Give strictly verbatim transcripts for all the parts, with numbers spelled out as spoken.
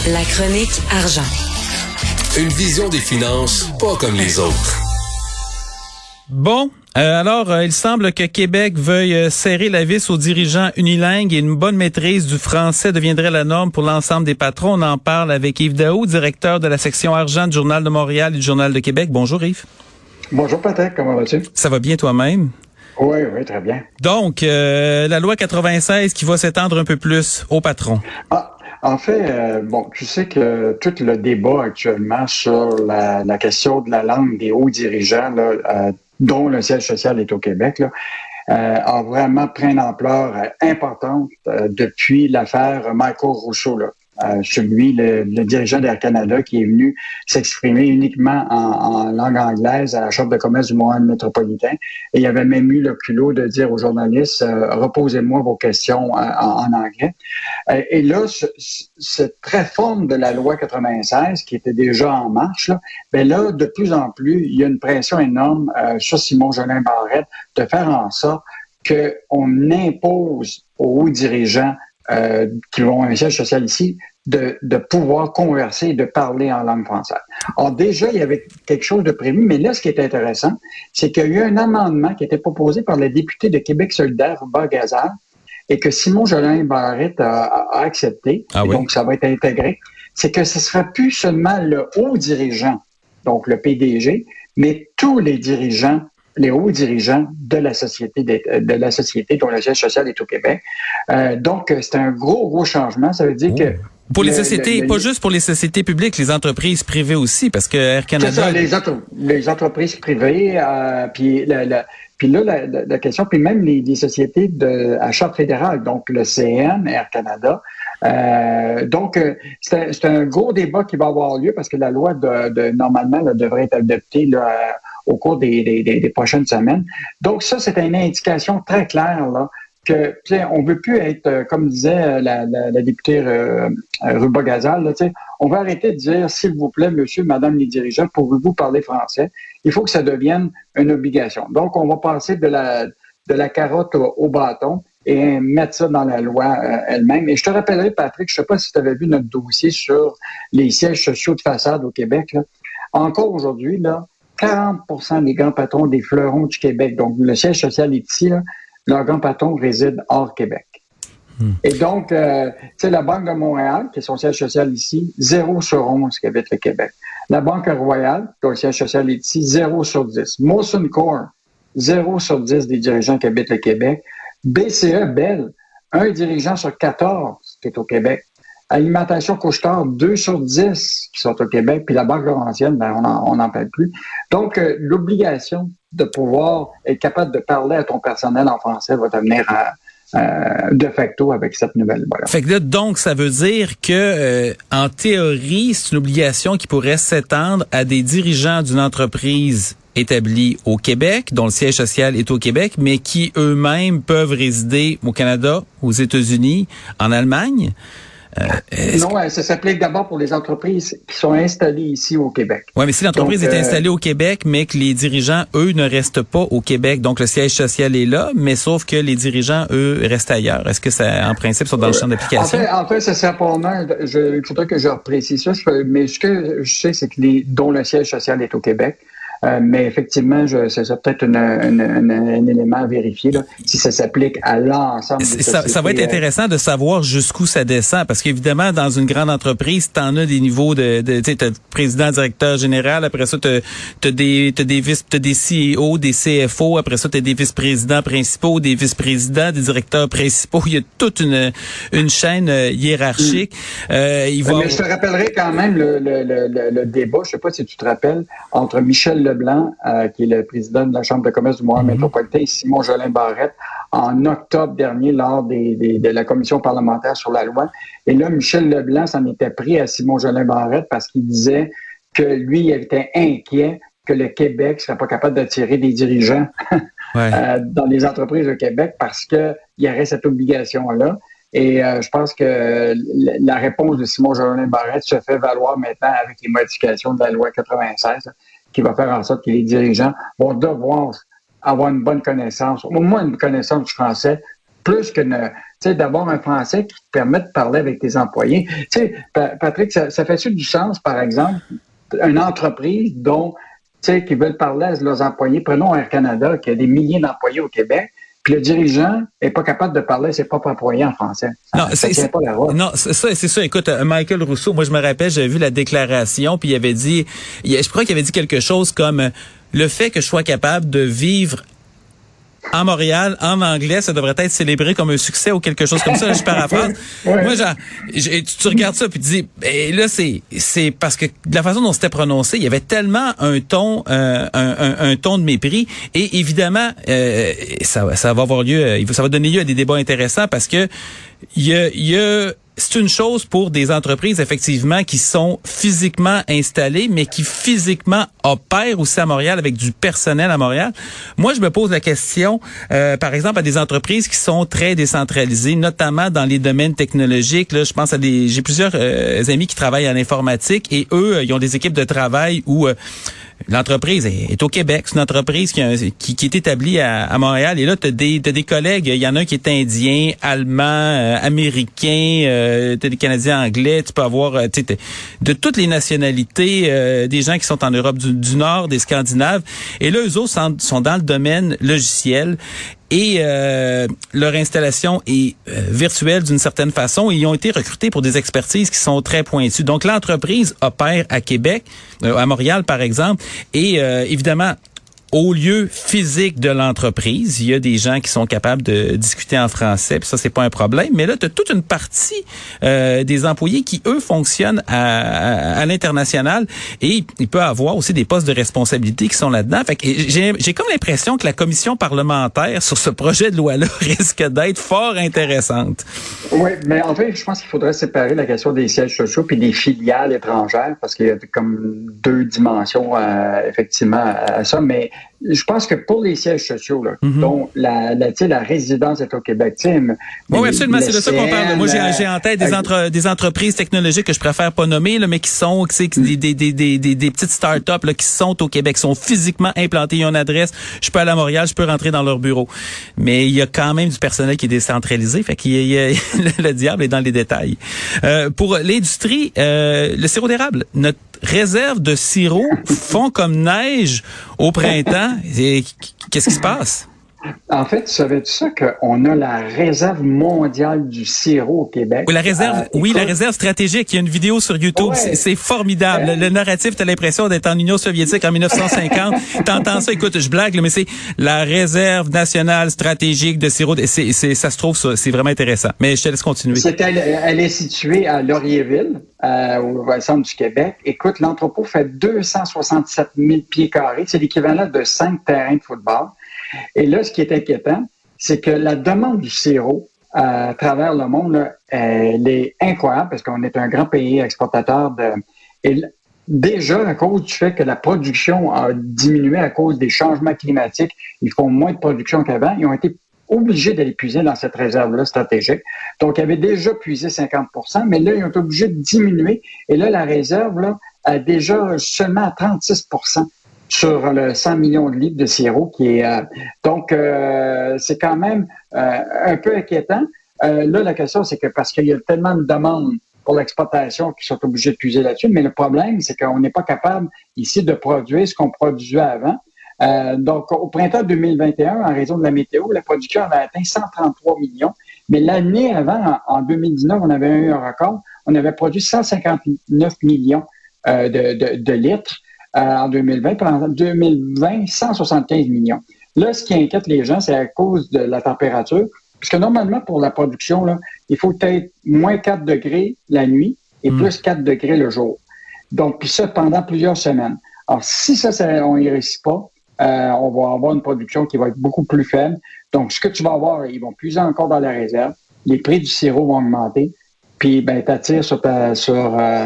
La chronique argent. Une vision des finances pas comme les autres. Bon, euh, alors euh, il semble que Québec veuille euh, serrer la vis aux dirigeants unilingues et une bonne maîtrise du français deviendrait la norme pour l'ensemble des patrons. On en parle avec Yves Daou, directeur de la section argent du Journal de Montréal et du Journal de Québec. Bonjour Yves. Bonjour Patrick, comment vas-tu? Ça va bien toi-même? Oui, oui, très bien. Donc, euh, la loi quatre-vingt-seize qui va s'étendre un peu plus aux patrons. Ah, en fait, euh, bon, tu sais que tout le débat actuellement sur la, la question de la langue des hauts dirigeants, là, euh, dont le siège social est au Québec, là, euh, a vraiment pris une ampleur euh, importante euh, depuis l'affaire Michael Rousseau, là. Euh, celui, le, le dirigeant d'Air Canada, qui est venu s'exprimer uniquement en, en langue anglaise à la Chambre de commerce du Montréal métropolitain. Et il avait même eu le culot de dire aux journalistes, euh, reposez-moi vos questions euh, en, en anglais. Euh, et là, ce, cette réforme de la loi quatre-vingt-seize, qui était déjà en marche, là, ben là, de plus en plus, il y a une pression énorme euh, sur Simon Jolin Barrette de faire en sorte qu'on impose aux hauts dirigeants Euh, qui vont à un siège social ici, de, de pouvoir converser et de parler en langue française. Alors déjà, il y avait quelque chose de prévu, mais là, ce qui est intéressant, c'est qu'il y a eu un amendement qui a été proposé par le député de Québec solidaire, Robert Gazal, et que Simon Jolin Barrette a, a accepté, ah oui. donc ça va être intégré, c'est que ce ne sera plus seulement le haut dirigeant, donc le P D G, mais tous les dirigeants les hauts dirigeants de la société de, de la société dont le siège social est au Québec. Euh, donc, c'est un gros, gros changement. Ça veut dire oh. que... Pour les le, sociétés, le, le, pas juste pour les sociétés publiques, les entreprises privées aussi, parce que Air Canada... C'est ça, les, entre, les entreprises privées, euh, puis, la, la, puis là, la, la, la question, puis même les, les sociétés de, à charte fédérale, donc le C N, Air Canada. Euh, donc, euh, c'est, un, c'est un gros débat qui va avoir lieu parce que la loi, de, de normalement, là, devrait être adoptée là, au cours des, des, des prochaines semaines. Donc, ça, c'est une indication très claire là, que on veut plus être, comme disait la, la, la députée euh, Ruba Gazal, là, on va arrêter de dire, s'il vous plaît, monsieur, madame les dirigeants, pouvez-vous parler français? Il faut que ça devienne une obligation. Donc, on va passer de la, de la carotte au, au bâton et mettre ça dans la loi euh, elle-même. Et je te rappellerai, Patrick, je ne sais pas si tu avais vu notre dossier sur les sièges sociaux de façade au Québec. Là. Encore aujourd'hui, là, quarante pour cent des grands patrons des fleurons du Québec, donc le siège social est ici, là, leurs grands patrons résident hors Québec. Hmm. Et donc, euh, tu sais, la Banque de Montréal, qui est son siège social ici, zéro sur onze qui habite le Québec. La Banque Royale, dont le siège social est ici, zéro sur dix. Molson Coors, zéro sur dix des dirigeants qui habitent le Québec. B C E, Bell, un dirigeant sur quatorze qui est au Québec. Alimentation Couche-Tard, deux sur dix qui sont au Québec, puis la Banque Laurentienne, ben, on n'en parle plus. Donc, euh, l'obligation de pouvoir être capable de parler à ton personnel en français va t'amener à, euh, de facto avec cette nouvelle loi. Fait que là, donc, ça veut dire que, euh, en théorie, c'est une obligation qui pourrait s'étendre à des dirigeants d'une entreprise établie au Québec, dont le siège social est au Québec, mais qui eux-mêmes peuvent résider au Canada, aux États-Unis, en Allemagne. Euh, non, que... ça s'applique d'abord pour les entreprises qui sont installées ici au Québec. Oui, mais si l'entreprise donc, est installée euh... au Québec, mais que les dirigeants, eux, ne restent pas au Québec, donc le siège social est là, mais sauf que les dirigeants, eux, restent ailleurs. Est-ce que ça, en principe, sont dans le champ d'application? En fait, en fait ça sert pas mal. Je, il faudrait que je reprécise ça, mais ce que je sais, c'est que les, dont le siège social est au Québec. Euh, mais effectivement, je, c'est ça peut-être une, une, une, un élément à vérifier là, si ça s'applique à l'ensemble des ça, sociétés. Ça va être intéressant de savoir jusqu'où ça descend, parce qu'évidemment, dans une grande entreprise, t'en as des niveaux de, de tu sais, t'as président, directeur général, après ça, t'as, t'as des, t'as des vice, t'as des C E O, des C F O, après ça, t'as des vice-présidents principaux, des vice-présidents, des directeurs principaux. Il y a toute une, une chaîne hiérarchique. Mmh. Euh, il va... Mais je te rappellerai quand même le, le, le, le débat, je sais pas si tu te rappelles, entre Michel Leblanc, euh, qui est le président de la Chambre de commerce du Montréal mm-hmm. métropolitain, et Simon Jolin Barrette, en octobre dernier, lors des, des, de la commission parlementaire sur la loi. Et là, Michel Leblanc s'en était pris à Simon Jolin Barrette parce qu'il disait que lui, il était inquiet que le Québec ne serait pas capable d'attirer des dirigeants ouais. euh, dans les entreprises au Québec parce qu'il y aurait cette obligation-là. Et euh, je pense que la réponse de Simon Jolin Barrette se fait valoir maintenant avec les modifications de la loi quatre-vingt-seize, qui va faire en sorte que les dirigeants vont devoir avoir une bonne connaissance, au moins une connaissance du français, plus qu'une tu sais, d'avoir un français qui te permet de parler avec tes employés. Tu sais, Patrick, ça, ça fait-tu du sens, par exemple, une entreprise dont, tu sais, qui veulent parler à leurs employés, prenons Air Canada, qui a des milliers d'employés au Québec, puis le dirigeant n'est pas capable de parler à ses propres employés en français. Non, ça, ça tient pas la route. Non, c'est ça, c'est ça. Écoute, Michael Rousseau, moi je me rappelle, j'avais vu la déclaration, puis il avait dit, je crois qu'il avait dit quelque chose comme le fait que je sois capable de vivre à Montréal, en anglais, ça devrait être célébré comme un succès ou quelque chose comme ça. Là, je paraphrase. Ouais. Moi, genre, je, tu, tu regardes ça puis tu dis, ben, là, c'est, c'est parce que de la façon dont c'était prononcé, il y avait tellement un ton, euh, un, un, un ton de mépris. Et évidemment, euh, ça, ça va avoir lieu, ça va donner lieu à des débats intéressants parce que il y a, il y a c'est une chose pour des entreprises, effectivement, qui sont physiquement installées, mais qui physiquement opèrent aussi à Montréal avec du personnel à Montréal. Moi, je me pose la question, euh, par exemple, à des entreprises qui sont très décentralisées, notamment dans les domaines technologiques. Là, je pense à des, j'ai plusieurs euh, amis qui travaillent en informatique et eux, ils ont des équipes de travail où euh, l'entreprise est, est au Québec. C'est une entreprise qui, a, qui, qui est établie à, à Montréal. Et là, tu as des, t'as des collègues. Il y en a un qui est indien, allemand, euh, américain, euh, tu as des Canadiens anglais. Tu peux avoir euh, de toutes les nationalités, euh, des gens qui sont en Europe du, du Nord, des Scandinaves. Et là, eux autres sont, sont dans le domaine logiciel. Et euh, leur installation est euh, virtuelle d'une certaine façon. Et ils ont été recrutés pour des expertises qui sont très pointues. Donc, l'entreprise opère à Québec, euh, à Montréal, par exemple. Et euh, évidemment, au lieu physique de l'entreprise, il y a des gens qui sont capables de discuter en français, puis ça, c'est pas un problème. Mais là, tu as toute une partie euh, des employés qui, eux, fonctionnent à, à, à l'international et il peut avoir aussi des postes de responsabilité qui sont là-dedans. Fait que j'ai, j'ai comme l'impression que la commission parlementaire sur ce projet de loi-là risque d'être fort intéressante. Oui, mais en fait, je pense qu'il faudrait séparer la question des sièges sociaux puis des filiales étrangères parce qu'il y a comme deux dimensions, euh, effectivement, à ça. Mais je pense que pour les sièges sociaux, là, mm-hmm. dont la, la, la résidence est au Québec, tu sais, oui, absolument, c'est de ça qu'on parle. Moi, j'ai, j'ai en tête des, entre, des entreprises technologiques que je préfère pas nommer, là, mais qui sont, tu sais, des, des, des, des, des, des petites start-up là, qui sont au Québec, qui sont physiquement implantées, ils ont une adresse. Je peux aller à Montréal, je peux rentrer dans leur bureau. Mais il y a quand même du personnel qui est décentralisé, fait qu'il y a, le diable est dans les détails. Euh, pour l'industrie, euh, le sirop d'érable, notre réserve de sirop fond comme neige au printemps. Et qu'est-ce qui se passe? En fait, tu savais-tu ça qu'on a la réserve mondiale du sirop au Québec? Oui, la réserve, euh, oui, écoute, la réserve stratégique. Il y a une vidéo sur YouTube. Ouais, c'est, c'est formidable. Euh, le, le narratif, t'as l'impression d'être en Union soviétique en dix-neuf cent cinquante. T'entends ça, écoute, je blague, là, mais c'est la réserve nationale stratégique de sirop. C'est, c'est, ça se trouve, ça, c'est vraiment intéressant. Mais je te laisse continuer. C'est, elle, elle est située à Laurierville, euh, au centre du Québec. Écoute, l'entrepôt fait deux cent soixante-sept mille pieds carrés. C'est l'équivalent de cinq terrains de football. Et là, ce qui est inquiétant, c'est que la demande du sirop à travers le monde, là, elle est incroyable parce qu'on est un grand pays exportateur de... Et déjà, à cause du fait que la production a diminué à cause des changements climatiques, ils font moins de production qu'avant, ils ont été obligés d'aller puiser dans cette réserve-là stratégique. Donc, ils avaient déjà puisé cinquante pour cent, mais là, ils ont été obligés de diminuer. Et là, la réserve, là, a déjà seulement à trente-six pour cent sur le cent millions de litres de sirop qui est... Euh, donc, euh, c'est quand même euh, un peu inquiétant. Euh, là, la question, c'est que parce qu'il y a tellement de demandes pour l'exportation qu'ils sont obligés de puiser là-dessus, mais le problème, c'est qu'on n'est pas capable ici de produire ce qu'on produisait avant. Euh, donc, au printemps deux mille vingt et un, en raison de la météo, la production avait atteint cent trente-trois millions. Mais l'année avant, en, en deux mille dix-neuf, on avait eu un record. On avait produit cent cinquante-neuf millions euh, de, de, de litres. Euh, en deux mille vingt, en deux mille vingt, cent soixante-quinze millions. Là, ce qui inquiète les gens, c'est à cause de la température, puisque normalement, pour la production, là, il faut être moins quatre degrés la nuit et mmh. plus quatre degrés le jour. Donc, puis ça, pendant plusieurs semaines. Alors, si ça, ça on n'y réussit pas, euh, on va avoir une production qui va être beaucoup plus faible. Donc, ce que tu vas avoir, ils vont puiser encore dans la réserve, les prix du sirop vont augmenter, puis ben, t'attires sur ta... sur euh,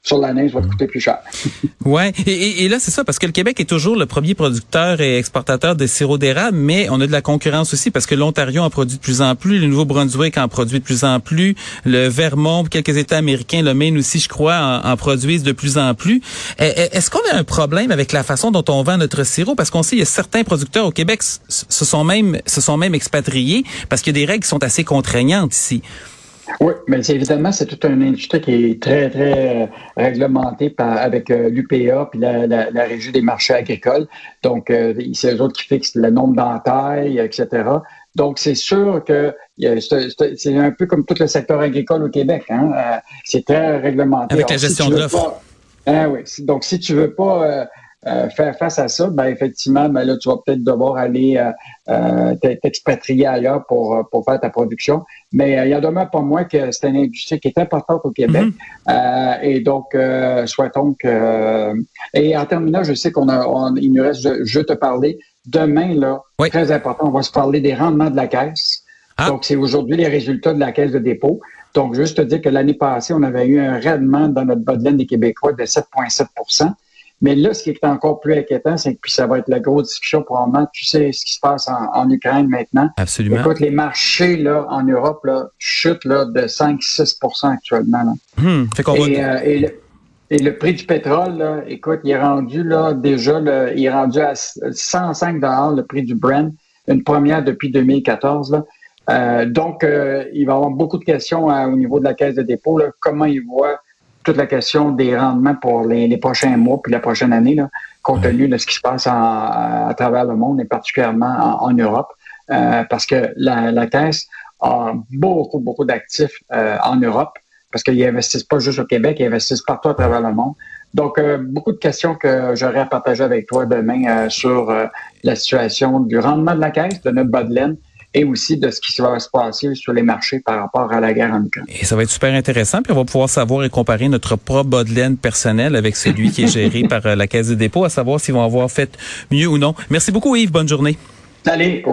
sur l'année, ça va te coûter plus cher. Ouais, et, et, et là c'est ça, parce que le Québec est toujours le premier producteur et exportateur de sirop d'érable, mais on a de la concurrence aussi parce que l'Ontario en produit de plus en plus, le Nouveau-Brunswick en produit de plus en plus, le Vermont, quelques États américains, le Maine aussi, je crois, en, en produisent de plus en plus. Est-ce qu'on a un problème avec la façon dont on vend notre sirop? Parce qu'on sait, il y a certains producteurs au Québec se sont même se sont même expatriés parce qu'il y a des règles qui sont assez contraignantes ici. Oui, mais c'est, évidemment, c'est toute une industrie qui est très, très euh, réglementée par, avec euh, l'U P A puis la, la, la Régie des marchés agricoles. Donc, euh, c'est eux autres qui fixent le nombre d'entailles, et cetera. Donc, c'est sûr que euh, c'est, c'est un peu comme tout le secteur agricole au Québec. Hein? Euh, c'est très réglementé. Avec Alors, la gestion si de l'offre. Pas, hein, oui. Donc, si tu veux pas... Euh, Euh, faire face à ça, ben effectivement, ben là, tu vas peut-être devoir aller euh, euh, t'expatrier ailleurs pour, pour faire ta production. Mais euh, il y en demeure pas moins que c'est une industrie qui est importante au Québec. Mm-hmm. euh, et donc, euh, souhaitons que... Euh, et en terminant, je sais qu'on a, on, il nous reste, je, je te parler, demain, là, oui. Très important, on va se parler des rendements de la caisse. Ah. Donc, c'est aujourd'hui les résultats de la caisse de dépôt. Donc, juste te dire que l'année passée, on avait eu un rendement dans notre bas de laine des Québécois de sept virgule sept pour cent. Mais là, ce qui est encore plus inquiétant, c'est que puis ça va être la grosse discussion probablement. Tu sais ce qui se passe en, en Ukraine maintenant. Absolument. Écoute, les marchés là en Europe là chutent là de cinq à six pour cent actuellement. Là. Hum, fait qu'on et, va... euh, et, le, et le prix du pétrole, là, écoute, il est rendu là déjà, là, il est rendu à cent cinq dollars le prix du Brent, une première depuis deux mille quatorze. Là. Euh, donc, euh, il va y avoir beaucoup de questions à, au niveau de la caisse de dépôt. Là, comment ils voient toute la question des rendements pour les, les prochains mois puis la prochaine année, là, compte tenu de ce qui se passe en, à, à travers le monde et particulièrement en, en Europe, euh, parce que la, la Caisse a beaucoup, beaucoup d'actifs euh, en Europe, parce qu'ils investissent pas juste au Québec, ils investissent partout à travers le monde. Donc, euh, beaucoup de questions que j'aurais à partager avec toi demain euh, sur euh, la situation du rendement de la Caisse, de notre bas de laine, et aussi de ce qui va se passer sur les marchés par rapport à la guerre en Ukraine. Et ça va être super intéressant, puis on va pouvoir savoir et comparer notre propre bas de laine personnel avec celui qui est géré par la Caisse de dépôt, à savoir s'ils vont avoir fait mieux ou non. Merci beaucoup Yves, bonne journée. Allez,